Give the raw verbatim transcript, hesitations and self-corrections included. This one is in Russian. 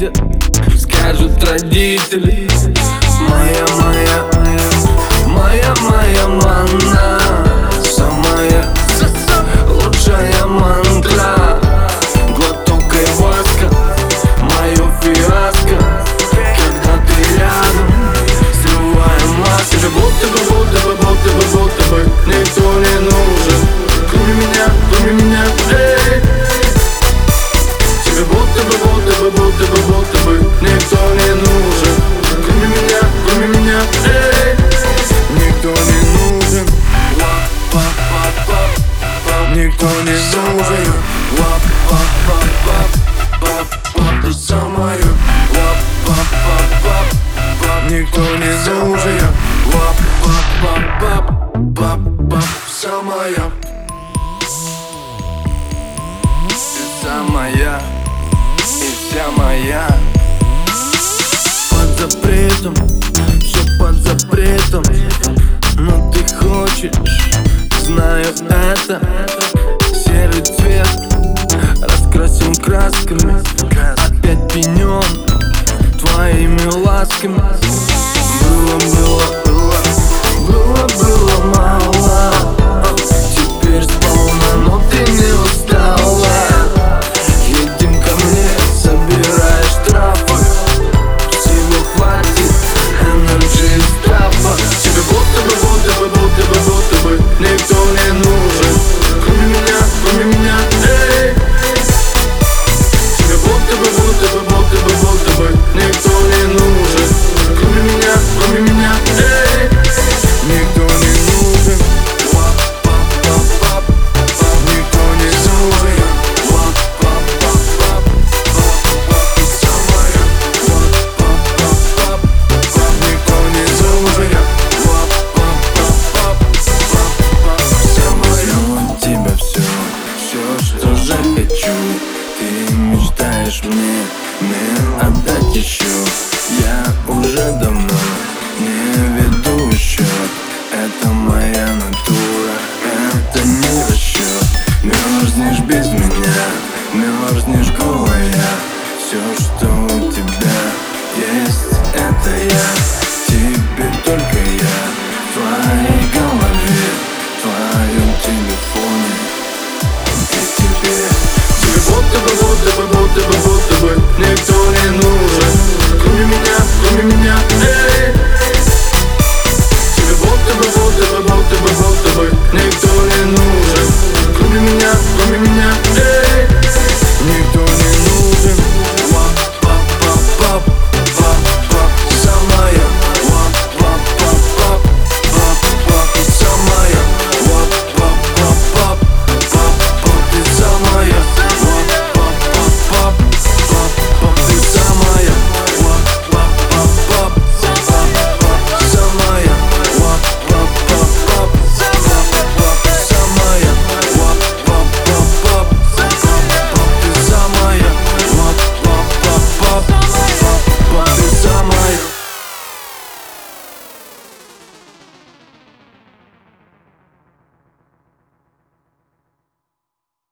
увидят, скажут родители: моя, моя, моя, моя манна, самая лучшая мантра. Глоток айваска, мое фиаско. Когда ты рядом, срываем маски. Же будто бы, будто бы, будто бы, будто бы никто не нужен, кроме меня, кроме меня, эй. Тебе будто бы, будто бы, будто бы, будто бы никто не нужен, кроме меня, кроме меня, эй. Никто не нужен, никто не нужен. Ты самая, никто не нужен. Самая, ты самая и вся моя. Под запретом, все под запретом, но ты хочешь, знаю это. Серый цвет раскрасим красками, опять пенен твоими ласками. Было, было, было, было, было мало, теперь сполна, но ты не устала. Едем ко мне, собирай штрафы, всего хватит, энерджи из трапа. Тебе будто бы, будто бы, будто бы, будто бы никто не нужен, кроме меня, кроме меня, эй. Тебе будто бы, будто бы, будто бы, будто бы никто не нужен, кроме меня, кроме меня, эй. Никто не нужен, никто не нужен. Никто не нужен. У тебя все, все, что захочу. Ты мечтаешь мне мир отдать еще. Я уже давно не веду счет. Это моя натура, это не расчет. Мерзнешь без меня, мерзнешь голая. Все, что у тебя есть, это я. Теперь только я в твоей голове, в твоем телефоне. И тебе, тебе будто бы, будто бы, будто бы, будто бы никто не нужен, кроме меня, кроме меня, эй.